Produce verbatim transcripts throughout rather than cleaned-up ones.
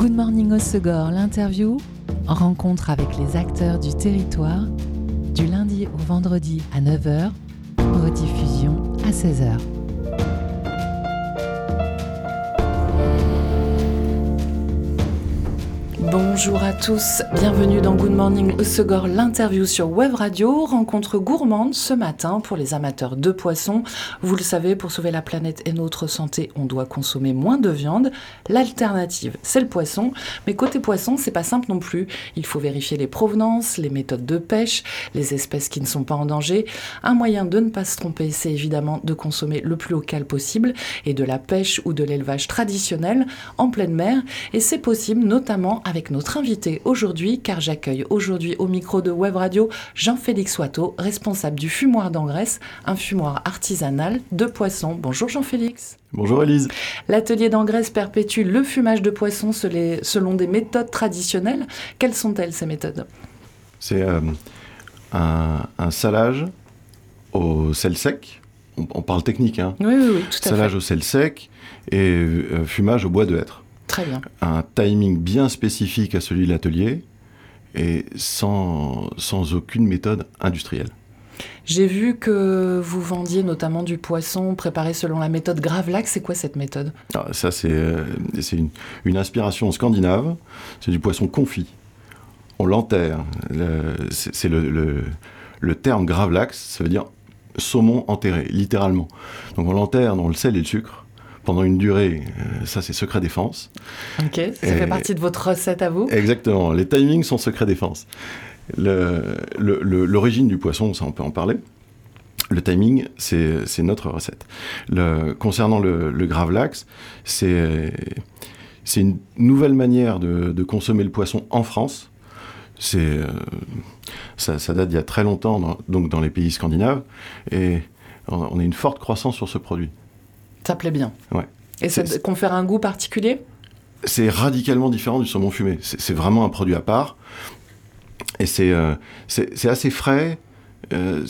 Good Morning Hossegor, l'interview, en rencontre avec les acteurs du territoire, du lundi au vendredi à neuf heures, rediffusion à seize heures. Bonjour à tous, bienvenue dans Good Morning Hossegor, l'interview sur Web Radio, rencontre gourmande ce matin pour les amateurs de poissons. Vous le savez, pour sauver la planète et notre santé, on doit consommer moins de viande. L'alternative, c'est le poisson, mais côté poisson, c'est pas simple non plus. Il faut vérifier les provenances, les méthodes de pêche, les espèces qui ne sont pas en danger. Un moyen de ne pas se tromper, c'est évidemment de consommer le plus local possible et de la pêche ou de l'élevage traditionnel en pleine mer. Et c'est possible notamment avec notre invité aujourd'hui, car j'accueille aujourd'hui au micro de Web Radio Jean-Félix Watteau, responsable du fumoir d'Angresse, un fumoir artisanal de poissons. Bonjour Jean-Félix. Bonjour Élise. L'atelier d'Angresse perpétue le fumage de poissons selon des méthodes traditionnelles. Quelles sont-elles ces méthodes ? C'est euh, un, un salage au sel sec. On, on parle technique, hein. Oui, oui, oui, tout à salage fait. au sel sec et euh, fumage au bois de hêtre. Très bien. Un timing bien spécifique à celui de l'atelier et sans, sans aucune méthode industrielle. J'ai vu que vous vendiez notamment du poisson préparé selon la méthode Gravlax. C'est quoi cette méthode ? Alors, ça, c'est, euh, c'est une, une inspiration scandinave. C'est du poisson confit. On l'enterre. Le, c'est c'est le, le, le terme Gravlax, ça veut dire saumon enterré, littéralement. Donc on l'enterre dans le sel et le sucre pendant une durée, euh, ça c'est secret défense. Ok, ça et fait partie de votre recette à vous ? Exactement, les timings sont secret défense. Le, le, le, l'origine du poisson, ça on peut en parler. Le timing, c'est, c'est notre recette. Le, concernant le, le Gravlax, c'est, c'est une nouvelle manière de, de consommer le poisson en France. C'est, euh, ça, ça date d'il y a très longtemps, dans, donc dans les pays scandinaves, et on, on a une forte croissance sur ce produit. Ça plaît bien. Ouais. Et ça c'est, confère un goût particulier ? C'est radicalement différent du saumon fumé. C'est, c'est vraiment un produit à part. Et c'est, euh, c'est, c'est assez frais. Euh,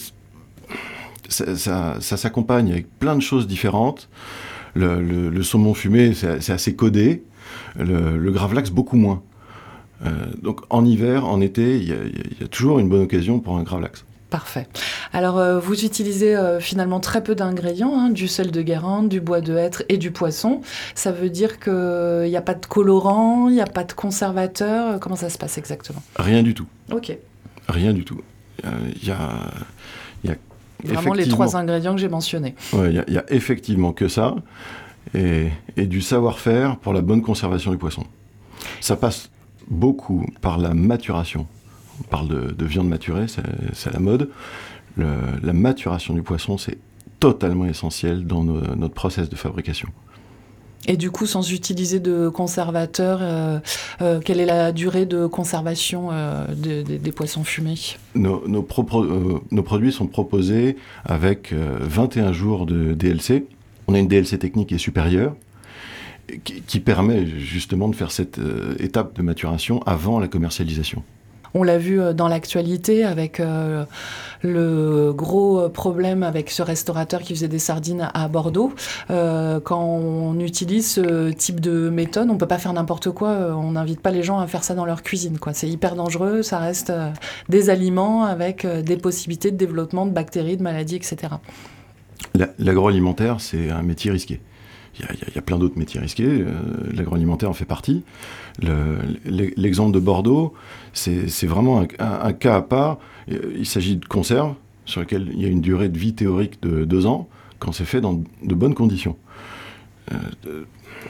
ça, ça, ça s'accompagne avec plein de choses différentes. Le, le, le saumon fumé, c'est, c'est assez codé. Le, le Gravlax, beaucoup moins. Euh, donc en hiver, en été, il y, y, y a toujours une bonne occasion pour un Gravlax. Parfait. Alors, euh, vous utilisez euh, finalement très peu d'ingrédients, hein, du sel de Guérande, du bois de hêtre et du poisson. Ça veut dire qu'il n'y a pas de colorant, il n'y a pas de conservateur. Comment ça se passe exactement ? Rien du tout. Ok. Rien du tout. Il euh, y a... Y a Vraiment les trois ingrédients que j'ai mentionnés. Ouais, il y, y a effectivement que ça. Et, et du savoir-faire pour la bonne conservation du poisson. Ça passe beaucoup par la maturation. On parle de, de viande maturée, c'est, c'est la mode. Le, la maturation du poisson, c'est totalement essentiel dans nos, notre process de fabrication. Et du coup, sans utiliser de conservateur, euh, euh, quelle est la durée de conservation euh, de, de, des poissons fumés ? Nos, nos, pro- euh, nos produits sont proposés avec euh, vingt et un jours de D L C. On a une D L C technique qui est supérieure, qui, qui permet justement de faire cette euh, étape de maturation avant la commercialisation. On l'a vu dans l'actualité avec euh, le gros problème avec ce restaurateur qui faisait des sardines à Bordeaux. Euh, quand on utilise ce type de méthode, on ne peut pas faire n'importe quoi. On n'invite pas les gens à faire ça dans leur cuisine, quoi. C'est hyper dangereux. Ça reste euh, des aliments avec euh, des possibilités de développement de bactéries, de maladies, et cetera. La, l'agroalimentaire, c'est un métier risqué. Il y, a, il y a plein d'autres métiers risqués, euh, l'agroalimentaire en fait partie. Le, l'exemple de Bordeaux, c'est, c'est vraiment un, un, un cas à part. Il s'agit de conserves sur lesquelles il y a une durée de vie théorique de deux ans, quand c'est fait dans de bonnes conditions. Euh, de,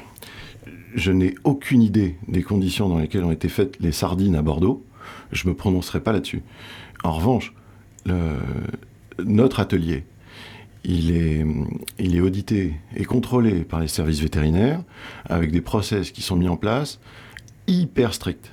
je n'ai aucune idée des conditions dans lesquelles ont été faites les sardines à Bordeaux. Je ne me prononcerai pas là-dessus. En revanche, le, notre atelier, Il est, il est audité et contrôlé par les services vétérinaires avec des process qui sont mis en place hyper stricts.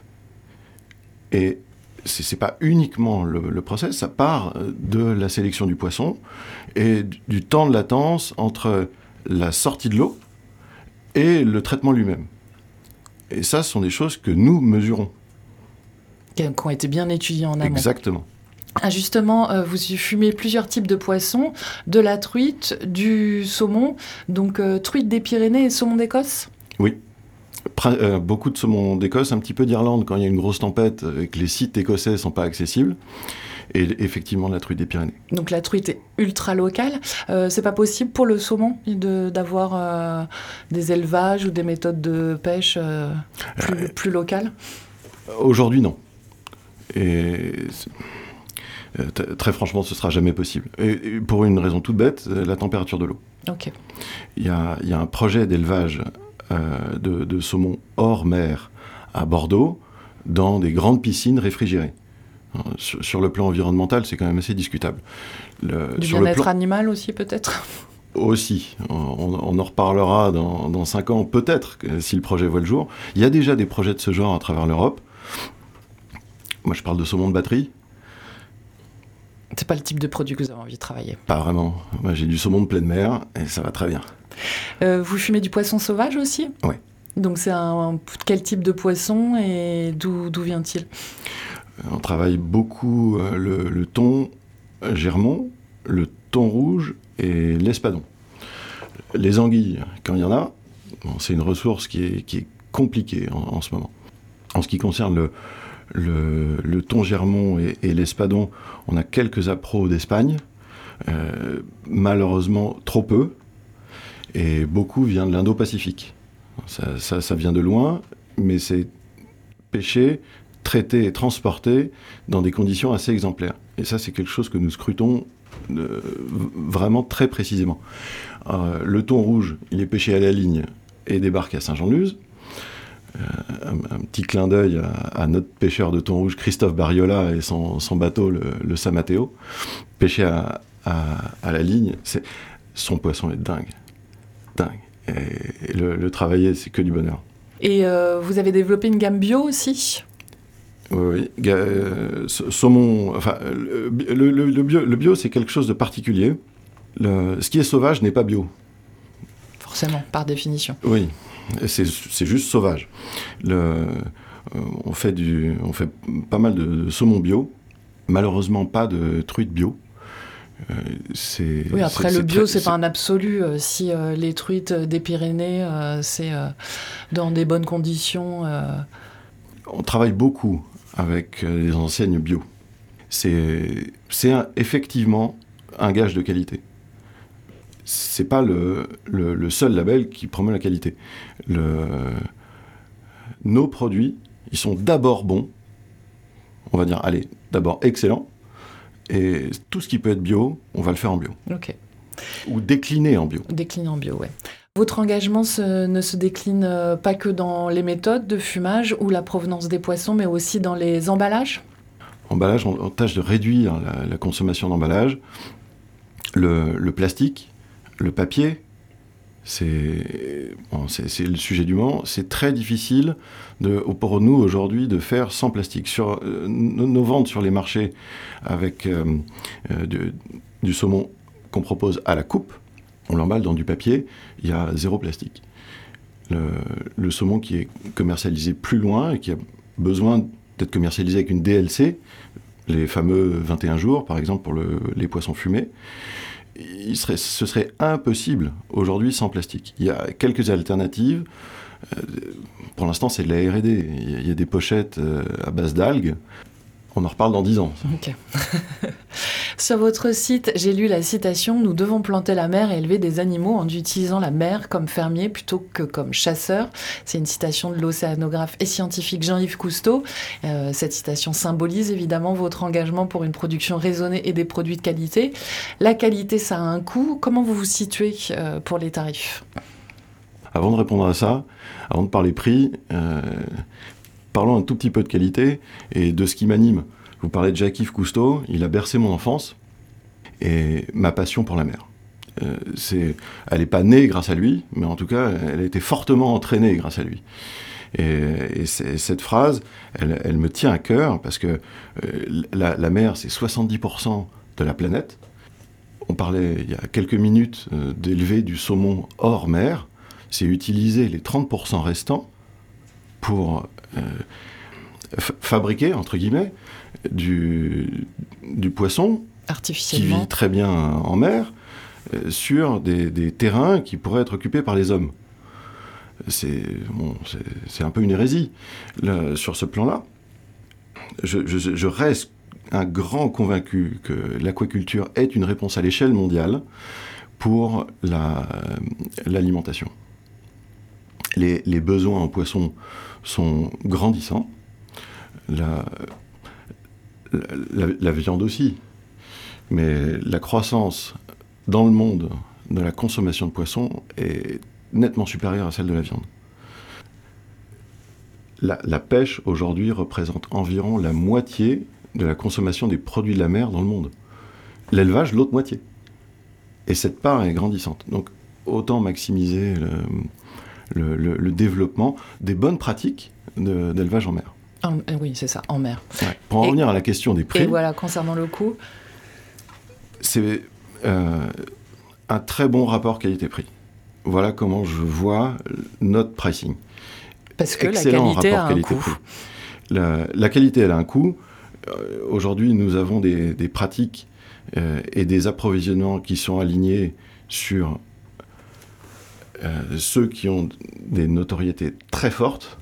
Et c'est, c'est pas uniquement le, le process, ça part de la sélection du poisson et du temps de latence entre la sortie de l'eau et le traitement lui-même. Et ça, ce sont des choses que nous mesurons. Qui ont été bien étudiées en amont. Exactement. Ah, justement, euh, vous fumez plusieurs types de poissons, de la truite, du saumon, donc euh, truite des Pyrénées et saumon d'Écosse ? Oui. Pra- euh, beaucoup de saumon d'Écosse, un petit peu d'Irlande quand il y a une grosse tempête et que les sites écossais ne sont pas accessibles. Et effectivement, la truite des Pyrénées. Donc la truite est ultra locale. Euh, c'est pas possible pour le saumon de, d'avoir euh, des élevages ou des méthodes de pêche euh, plus, euh, plus locales ? Aujourd'hui, non. Et euh, t- très franchement, ce sera jamais possible. Et, et pour une raison toute bête, la température de l'eau. Ok. Il y a, il y a un projet d'élevage euh, de, de saumon hors mer à Bordeaux, dans des grandes piscines réfrigérées. Sur, sur le plan environnemental, c'est quand même assez discutable. Le, du bien-être plan... animal aussi, peut-être ? Aussi. On, on en reparlera dans, dans cinq ans, peut-être, si le projet voit le jour. Il y a déjà des projets de ce genre à travers l'Europe. Moi, je parle de saumon de batterie. C'est pas le type de produit que vous avez envie de travailler ? Pas vraiment. Moi, j'ai du saumon de pleine mer et ça va très bien. Euh, vous fumez du poisson sauvage aussi ? Oui. Donc, c'est un, un, quel type de poisson et d'où, d'où vient-il ? On travaille beaucoup euh, le, le thon germont, le thon rouge et l'espadon. Les anguilles, quand il y en a, bon, c'est une ressource qui est, qui est compliquée en, en ce moment. En ce qui concerne le, le, le thon germont et, et l'espadon, on a quelques appros d'Espagne, euh, malheureusement trop peu, et beaucoup vient de l'Indo-Pacifique. Ça, ça, ça vient de loin, mais c'est pêché, traité et transporté dans des conditions assez exemplaires. Et ça, c'est quelque chose que nous scrutons euh, vraiment très précisément. Euh, le thon rouge, il est pêché à la ligne et débarque à Saint-Jean-de-Luz. Euh, un, un petit clin d'œil à, à notre pêcheur de thon rouge, Christophe Bariola, et son, son bateau, le, le San Mateo. Pêché à, à, à la ligne, c'est, son poisson est dingue. Dingue. Et, et le, le travailler, c'est que du bonheur. Et euh, vous avez développé une gamme bio aussi ? Oui, oui. Euh, saumon, enfin, le, le, le, bio, le bio, c'est quelque chose de particulier. Le, ce qui est sauvage n'est pas bio. Forcément, par définition. Oui, c'est, c'est juste sauvage. Le, euh, on, fait du, on fait pas mal de, de saumon bio, malheureusement pas de truite bio. Euh, c'est, oui, après c'est, le bio, c'est, c'est, c'est pas un absolu. Euh, si euh, les truites des Pyrénées, euh, c'est euh, dans des bonnes conditions. Euh... On travaille beaucoup avec les enseignes bio. C'est, c'est un, effectivement un gage de qualité. C'est pas le, le, le seul label qui promeut la qualité. Le, nos produits, ils sont d'abord bons, on va dire, allez, d'abord excellents, et tout ce qui peut être bio, on va le faire en bio. Ok. Ou décliner en bio. Décliner en bio, ouais. Votre engagement se, ne se décline pas que dans les méthodes de fumage ou la provenance des poissons, mais aussi dans les emballages ? Emballage, on, on tâche de réduire la, la consommation d'emballage. Le, le plastique, le papier, c'est, bon, c'est, c'est le sujet du moment. C'est très difficile de, pour nous aujourd'hui de faire sans plastique. Sur euh, nos, nos ventes sur les marchés avec euh, euh, du, du saumon qu'on propose à la coupe, on l'emballe dans du papier, il y a zéro plastique. Le, le saumon qui est commercialisé plus loin et qui a besoin d'être commercialisé avec une D L C, les fameux vingt et un jours, par exemple, pour le, les poissons fumés, il serait, ce serait impossible aujourd'hui sans plastique. Il y a quelques alternatives. Euh, pour l'instant, c'est de la R et D. Il y a des pochettes euh, à base d'algues. On en reparle dans dix ans. Ok. Sur votre site, j'ai lu la citation « Nous devons planter la mer et élever des animaux en utilisant la mer comme fermier plutôt que comme chasseur ». C'est une citation de l'océanographe et scientifique Jean-Yves Cousteau. Euh, cette citation symbolise évidemment votre engagement pour une production raisonnée et des produits de qualité. La qualité, ça a un coût. Comment vous vous situez euh, pour les tarifs ? Avant de répondre à ça, avant de parler prix, euh, parlons un tout petit peu de qualité et de ce qui m'anime. Vous parlez de Jacques-Yves Cousteau, il a bercé mon enfance et ma passion pour la mer. Euh, c'est, elle n'est pas née grâce à lui, mais en tout cas, elle a été fortement entraînée grâce à lui. Et, et cette phrase, elle, elle me tient à cœur parce que euh, la, la mer, c'est soixante-dix pour cent de la planète. On parlait il y a quelques minutes euh, d'élever du saumon hors mer. C'est utiliser les trente pour cent restants pour euh, f- fabriquer, entre guillemets, du, du poisson qui vit très bien en mer, euh, sur des, des terrains qui pourraient être occupés par les hommes. c'est, bon, c'est, c'est un peu une hérésie. Là, sur ce plan-là, je, je, je reste un grand convaincu que l'aquaculture est une réponse à l'échelle mondiale pour la, l'alimentation. Les, les besoins en poissons sont grandissants. La, la, la viande aussi. Mais la croissance dans le monde de la consommation de poissons est nettement supérieure à celle de la viande. La, la pêche, aujourd'hui, représente environ la moitié de la consommation des produits de la mer dans le monde. L'élevage, l'autre moitié. Et cette part est grandissante. Donc, autant maximiser le, le, le, le développement des bonnes pratiques de, d'élevage en mer. En, oui, c'est ça, en mer. Ouais. Pour en et, revenir à la question des prix... Et voilà, concernant le coût... C'est euh, un très bon rapport qualité-prix. Voilà comment je vois notre pricing. Parce que Excellent la qualité a un coût. La, la qualité, elle a un coût. Euh, aujourd'hui, nous avons des, des pratiques euh, et des approvisionnements qui sont alignés sur euh, ceux qui ont des notoriétés très fortes.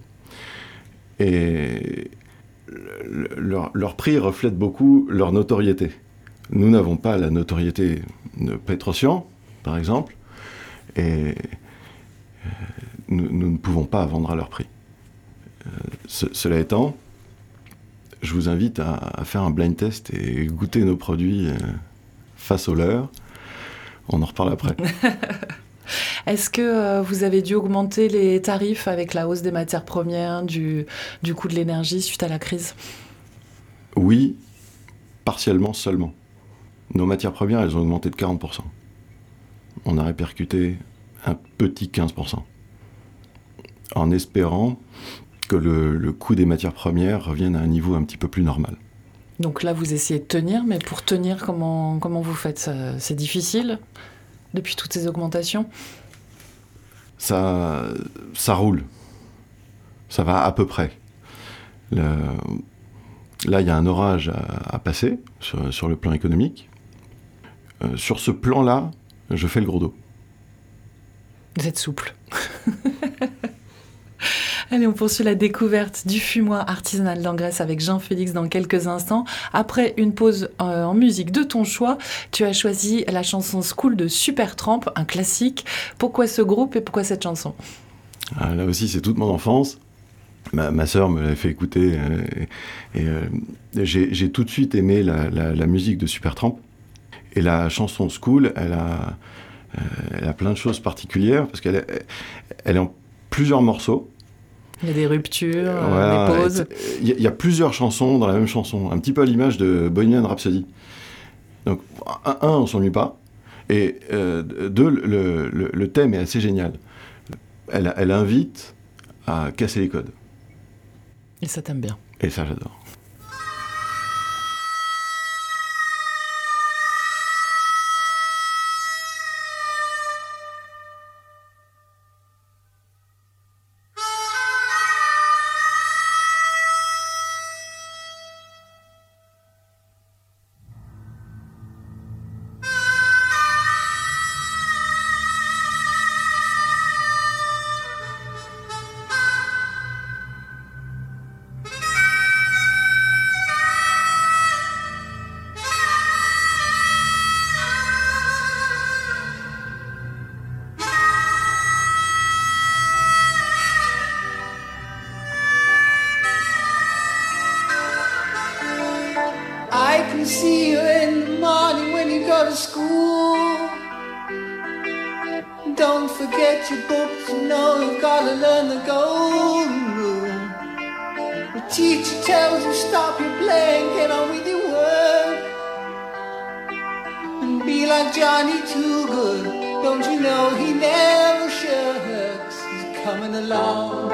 Et le, leur, leur prix reflète beaucoup leur notoriété. Nous n'avons pas la notoriété de Petrosian, par exemple, et euh, nous, nous ne pouvons pas vendre à leur prix. Euh, ce, cela étant, je vous invite à, à faire un blind test et goûter nos produits euh, face au leur. On en reparle après. Est-ce que euh, vous avez dû augmenter les tarifs avec la hausse des matières premières, du, du coût de l'énergie suite à la crise ? Oui, partiellement seulement. Nos matières premières, elles ont augmenté de quarante pour cent. On a répercuté un petit quinze pour cent. En espérant que le, le coût des matières premières revienne à un niveau un petit peu plus normal. Donc là, vous essayez de tenir, mais pour tenir, comment, comment vous faites ? C'est difficile depuis toutes ces augmentations ? Ça, ça roule. Ça va à peu près. Le, là, il y a un orage à, à passer sur, sur le plan économique. Euh, sur ce plan-là, je fais le gros dos. Vous êtes souple. Allez, on poursuit la découverte du fumoir artisanal d'Angresse avec Jean-Félix dans quelques instants. Après une pause euh, en musique de ton choix, tu as choisi la chanson School de Supertramp, un classique. Pourquoi ce groupe et pourquoi cette chanson ? Ah, là aussi, c'est toute mon enfance. Ma, ma sœur me l'avait fait écouter euh, et, et euh, j'ai, j'ai tout de suite aimé la, la, la musique de Supertramp. Et la chanson School, elle a, euh, elle a plein de choses particulières parce qu'elle est, elle est en plusieurs morceaux. Il y a des ruptures, voilà, des pauses. Il y, y a plusieurs chansons dans la même chanson, un petit peu à l'image de Bohemian Rhapsody. Donc, un, un on s'ennuie pas, et euh, deux, le, le, le thème est assez génial. Elle, elle invite à casser les codes. Et ça t'aime bien. Et ça, j'adore. See you in the morning when you go to school. Don't forget your books, you know you've gotta learn the golden rule. The teacher tells you stop your playing, get on with your work. And be like Johnny Too Good, don't you know he never shirks, he's coming along.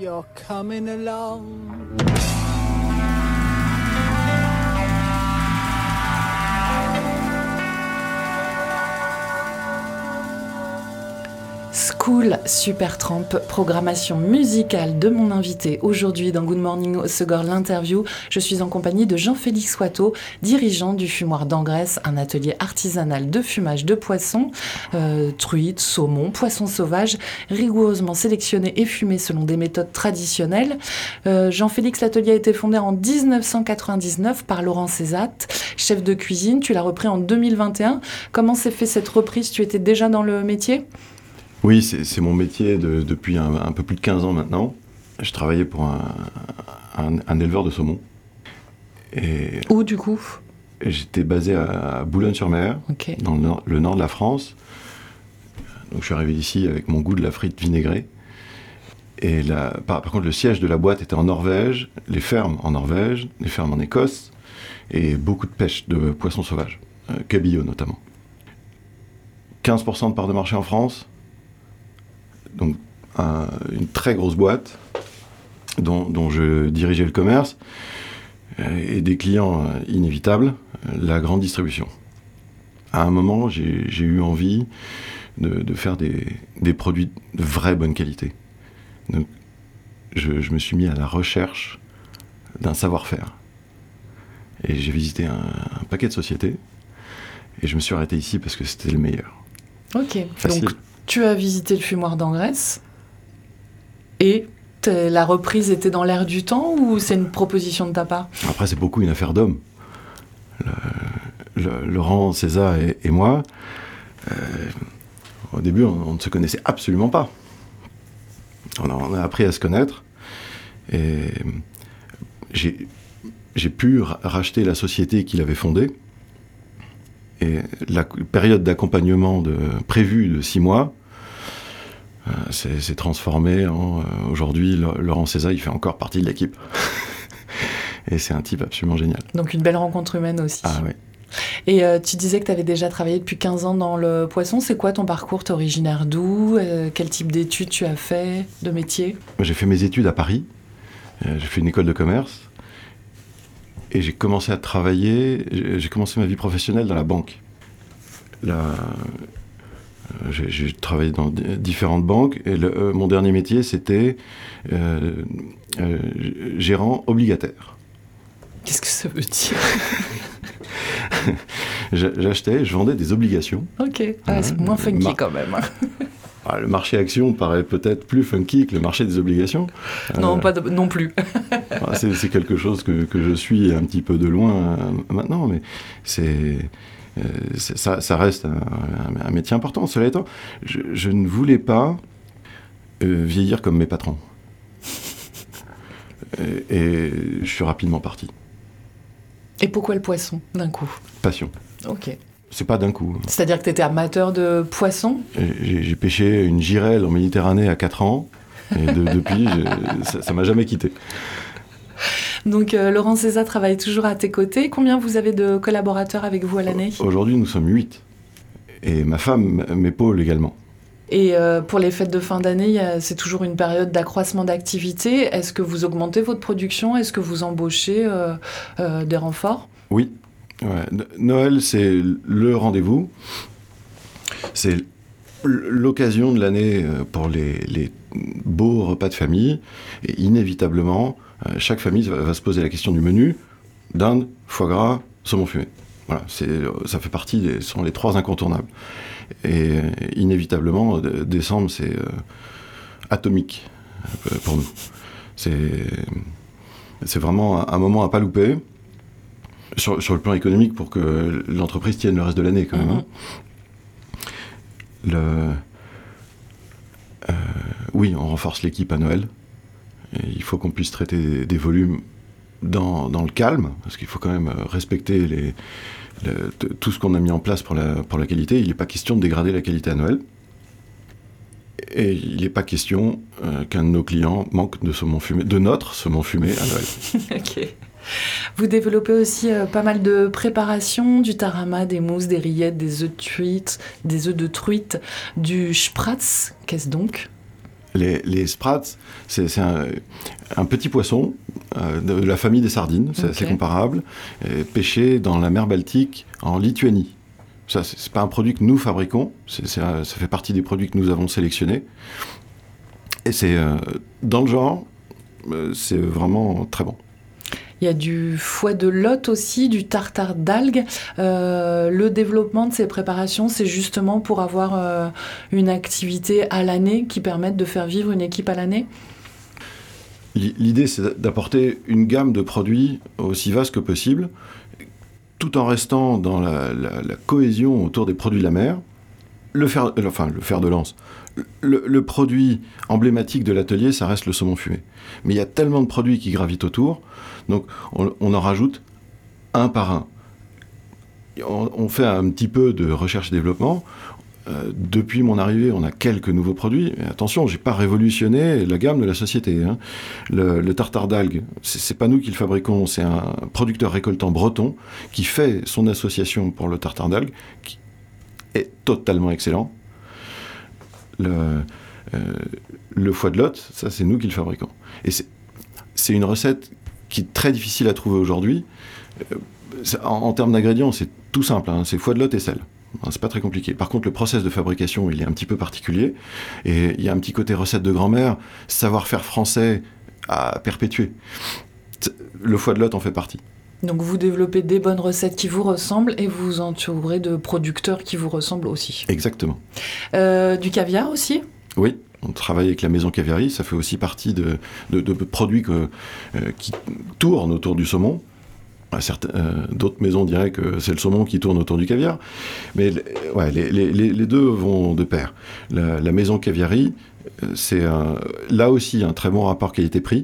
you're coming along. School Supertramp, programmation musicale de mon invité aujourd'hui dans Good Morning Osegor l'interview. Je suis en compagnie de Jean-Félix Watteau, dirigeant du fumoir d'Angresse, un atelier artisanal de fumage de poissons, euh, truites, saumons, poissons sauvages, rigoureusement sélectionnés et fumés selon des méthodes traditionnelles. Euh, Jean-Félix, l'atelier a été fondé en dix-neuf cent quatre-vingt-dix-neuf par Laurent Césat, chef de cuisine. Tu l'as repris en deux mille vingt et un. Comment s'est fait cette reprise ? Tu étais déjà dans le métier ? Oui, c'est, c'est mon métier de, depuis un, un peu plus de quinze ans maintenant. Je travaillais pour un, un, un éleveur de saumon. Et Où du coup ? J'étais basé à Boulogne-sur-Mer, okay. dans le nord, le nord de la France. Donc je suis arrivé ici avec mon goût de la frite vinaigrée. Et la, par, par contre, le siège de la boîte était en Norvège, les fermes en Norvège, les fermes en Écosse, et beaucoup de pêche de poissons sauvages, euh, cabillaud notamment. quinze pour cent de part de marché en France. Donc un, une très grosse boîte dont, dont je dirigeais le commerce et des clients inévitables, la grande distribution. À un moment, j'ai, j'ai eu envie de, de faire des, des produits de vraie bonne qualité. Donc, je, je me suis mis à la recherche d'un savoir-faire. Et j'ai visité un, un paquet de sociétés et je me suis arrêté ici parce que c'était le meilleur. Ok, Facile. Donc tu as visité le fumoir d'Angresse et la reprise était dans l'air du temps ou c'est une proposition de ta part ? Après, c'est beaucoup une affaire d'hommes. Le, le, Laurent, César et, et moi, euh, au début, on, on ne se connaissait absolument pas. On a, on a appris à se connaître et j'ai, j'ai pu r- racheter la société qu'il avait fondée. Et la période d'accompagnement de, prévue de six mois euh, s'est, s'est transformée en... Euh, aujourd'hui, Laurent César, il fait encore partie de l'équipe. Et c'est un type absolument génial. Donc une belle rencontre humaine aussi. Ah oui. Et euh, tu disais que tu avais déjà travaillé depuis quinze ans dans le poisson. C'est quoi ton parcours ? T'es originaire d'où ? euh, Quel type d'études tu as fait, de métier ? J'ai fait mes études à Paris. Euh, j'ai fait une école de commerce. Et j'ai commencé à travailler, j'ai commencé ma vie professionnelle dans la banque. Là, j'ai, j'ai travaillé dans d- différentes banques et le, euh, mon dernier métier, c'était euh, euh, gérant obligataire. Qu'est-ce que ça veut dire ? J'achetais, je vendais des obligations. Ok, ah, ouais, c'est moins funky Mar- quand même. Ah, le marché action paraît peut-être plus funky que le marché des obligations. Non, euh, pas de, non plus. ah, c'est, c'est quelque chose que, que je suis un petit peu de loin euh, maintenant, mais c'est, euh, c'est, ça, ça reste un, un, un métier important. Cela étant, je, je ne voulais pas euh, vieillir comme mes patrons. et, et je suis rapidement parti. Et pourquoi le poisson, d'un coup ? Passion. Ok. C'est pas d'un coup. C'est-à-dire que tu étais amateur de poissons ? J'ai, j'ai pêché une girelle en Méditerranée à quatre ans, et de, depuis, je, ça, ça m'a jamais quitté. Donc euh, Laurent César travaille toujours à tes côtés. Combien vous avez de collaborateurs avec vous à l'année ? Aujourd'hui, nous sommes huit. Et ma femme m'épaule également. Et euh, pour les fêtes de fin d'année, y a, c'est toujours une période d'accroissement d'activité. Est-ce que vous augmentez votre production ? Est-ce que vous embauchez euh, euh, des renforts ? Oui. Ouais. Noël, c'est le rendez-vous. C'est l'occasion de l'année pour les, les beaux repas de famille. Et inévitablement, chaque famille va se poser la question du menu. Dinde, foie gras, saumon fumé. Voilà, c'est, ça fait partie des, ce sont les trois incontournables. Et inévitablement, décembre, c'est euh, atomique euh, pour nous. C'est, c'est vraiment un, un moment à pas louper. Sur, sur le plan économique, pour que l'entreprise tienne le reste de l'année, quand même. Hein. Le, euh, oui, on renforce l'équipe à Noël. Et il faut qu'on puisse traiter des, des volumes dans, dans le calme, parce qu'il faut quand même respecter les, le, t- tout ce qu'on a mis en place pour la, pour la qualité. Il n'est pas question de dégrader la qualité à Noël. Et il n'est pas question euh, qu'un de nos clients manque de saumon fumé, de notre saumon fumé à Noël. Ok. Vous développez aussi euh, pas mal de préparations, du tarama, des mousses, des rillettes, des œufs de truite, des œufs de truite, du spratz. Qu'est-ce donc ? Les, les sprats, c'est, c'est un, un petit poisson euh, de la famille des sardines, c'est okay. assez comparable, pêché dans la mer Baltique en Lituanie. Ça, c'est, c'est pas un produit que nous fabriquons, c'est, c'est, ça fait partie des produits que nous avons sélectionnés. Et c'est euh, dans le genre, euh, c'est vraiment très bon. Il y a du foie de lotte aussi, du tartare d'algues. Euh, le développement de ces préparations, c'est justement pour avoir euh, une activité à l'année qui permette de faire vivre une équipe à l'année ? L'idée, c'est d'apporter une gamme de produits aussi vaste que possible, tout en restant dans la, la, la cohésion autour des produits de la mer. Le fer, enfin, le fer de lance. Le, le produit emblématique de l'atelier, ça reste le saumon fumé. Mais il y a tellement de produits qui gravitent autour, donc on, on en rajoute un par un. On, on fait un petit peu de recherche et développement. Euh, depuis mon arrivée, on a quelques nouveaux produits. Mais attention, j'ai pas révolutionné la gamme de la société. Hein. Le, le tartare d'algues, c'est, c'est pas nous qui le fabriquons, c'est un producteur récoltant breton qui fait son association pour le tartare d'algues, qui est totalement excellent. Le, euh, le foie de lotte, ça c'est nous qui le fabriquons. Et c'est, c'est une recette qui est très difficile à trouver aujourd'hui. Euh, en, en termes d'ingrédients, c'est tout simple, hein, c'est foie de lotte et sel. Hein, c'est pas très compliqué. Par contre, le process de fabrication, il est un petit peu particulier. Et il y a un petit côté recette de grand-mère, savoir-faire français à perpétuer. Le foie de lotte en fait partie. Donc vous développez des bonnes recettes qui vous ressemblent et vous vous entourez de producteurs qui vous ressemblent aussi. Exactement. Euh, du caviar aussi ? Oui, on travaille avec la maison Caviari, ça fait aussi partie de, de, de produits que, euh, qui tournent autour du saumon. Certains, euh, d'autres maisons diraient que c'est le saumon qui tourne autour du caviar, mais ouais, les, les, les deux vont de pair. La, la maison Caviari, c'est un, là aussi un très bon rapport qualité-prix.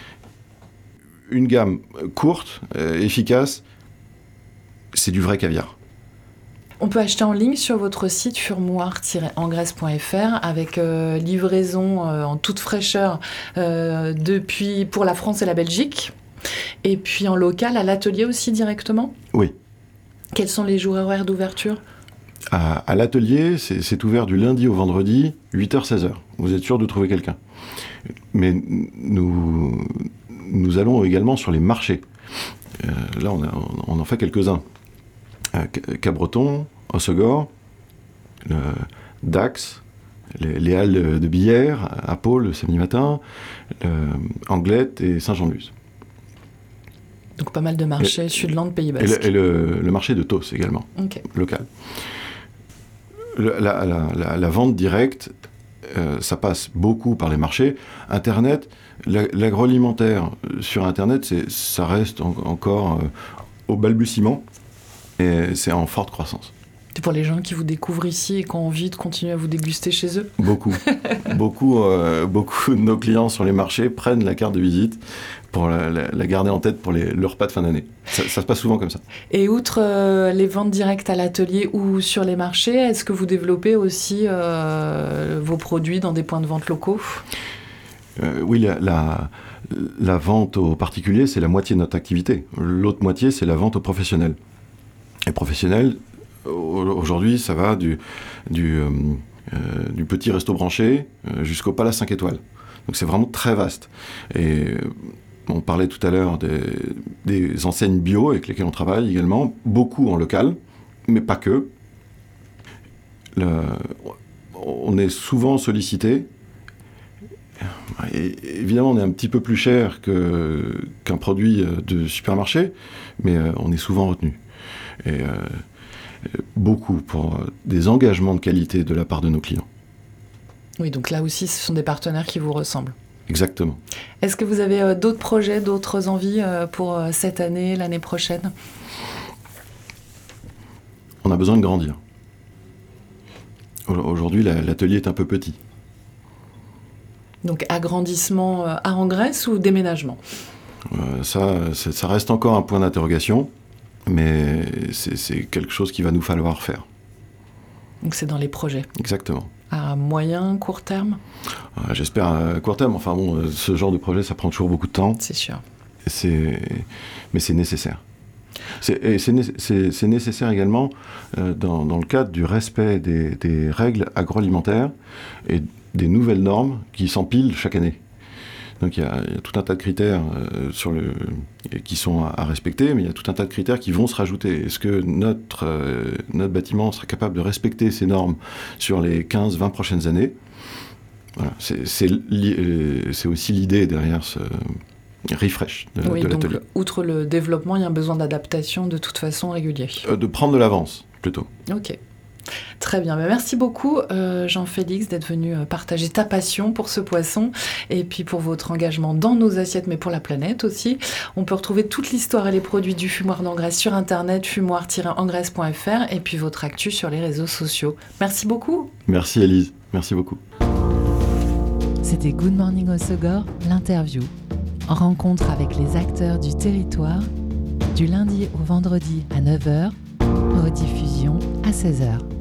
Une gamme courte, euh, efficace, c'est du vrai caviar. On peut acheter en ligne sur votre site furmoire tiret engraisse point f r avec euh, livraison euh, en toute fraîcheur euh, depuis, pour la France et la Belgique. Et puis en local, à l'atelier aussi directement ? Oui. Quels sont les jours horaires d'ouverture ? à, à l'atelier, c'est, c'est ouvert du lundi au vendredi, huit heures seize heures. Vous êtes sûr de trouver quelqu'un. Mais nous... Nous allons également sur les marchés. Euh, là, on, a, on en fait quelques-uns. Euh, Cabreton, Hossegor, le Dax, les, les halles de Billère, à Pau le samedi matin, le Anglette et Saint-Jean-de-Luz. Donc pas mal de marchés, Sud-Land, Pays Basque. Et, le, et le, le marché de Tos également, okay. Local. Le, la, la, la, la vente directe, euh, ça passe beaucoup par les marchés. Internet, la, l'agroalimentaire sur Internet, c'est, ça reste en, encore euh, au balbutiement et c'est en forte croissance. C'est pour les gens qui vous découvrent ici et qui ont envie de continuer à vous déguster chez eux ? Beaucoup. beaucoup, euh, beaucoup de nos clients sur les marchés prennent la carte de visite pour la, la, la garder en tête pour les, le repas de fin d'année. Ça, ça se passe souvent comme ça. Et outre euh, les ventes directes à l'atelier ou sur les marchés, est-ce que vous développez aussi euh, vos produits dans des points de vente locaux ? euh, Oui, la, la, la vente aux particuliers, c'est la moitié de notre activité. L'autre moitié, c'est la vente aux professionnels. Les professionnels, aujourd'hui, ça va du, du, euh, euh, du petit resto branché euh, jusqu'au palace cinq étoiles. Donc c'est vraiment très vaste. Et euh, on parlait tout à l'heure des, des enseignes bio avec lesquelles on travaille également, beaucoup en local, mais pas que. Le, on est souvent sollicité. Et évidemment, on est un petit peu plus cher que, qu'un produit de supermarché, mais euh, on est souvent retenu. Et euh, beaucoup pour des engagements de qualité de la part de nos clients. Oui, donc là aussi, ce sont des partenaires qui vous ressemblent. Exactement. Est-ce que vous avez euh, d'autres projets, d'autres envies euh, pour euh, cette année, l'année prochaine ? On a besoin de grandir. Aujourd'hui, la, l'atelier est un peu petit. Donc agrandissement euh, à Engraisse ou déménagement ? euh, ça, ça reste encore un point d'interrogation. Mais c'est, c'est quelque chose qu'il va nous falloir faire. Donc c'est dans les projets. Exactement. À moyen, court terme ? euh, J'espère à court terme. Enfin bon, euh, ce genre de projet, ça prend toujours beaucoup de temps. C'est sûr. C'est... Mais c'est nécessaire. C'est, et c'est, c'est, c'est nécessaire également euh, dans, dans le cadre du respect des, des règles agroalimentaires et des nouvelles normes qui s'empilent chaque année. Donc il y, y a tout un tas de critères euh, sur le, qui sont à, à respecter, mais il y a tout un tas de critères qui vont se rajouter. Est-ce que notre, euh, notre bâtiment sera capable de respecter ces normes sur les quinze vingt prochaines années ? Voilà, c'est, c'est, c'est aussi l'idée derrière ce refresh de, oui, de donc, l'atelier. Outre le développement, il y a un besoin d'adaptation de toute façon régulier. Euh, de prendre de l'avance, plutôt. Ok. Très bien, merci beaucoup euh, Jean-Félix d'être venu partager ta passion pour ce poisson et puis pour votre engagement dans nos assiettes mais pour la planète aussi. On peut retrouver toute l'histoire et les produits du fumoir d'Engraisse sur internet fumoir tiret engraisse point f r et puis votre actu sur les réseaux sociaux. Merci beaucoup. Merci Élise, merci beaucoup. C'était Good Morning Hossegor, l'interview. Rencontre avec les acteurs du territoire du lundi au vendredi à neuf heures, rediffusion à seize heures.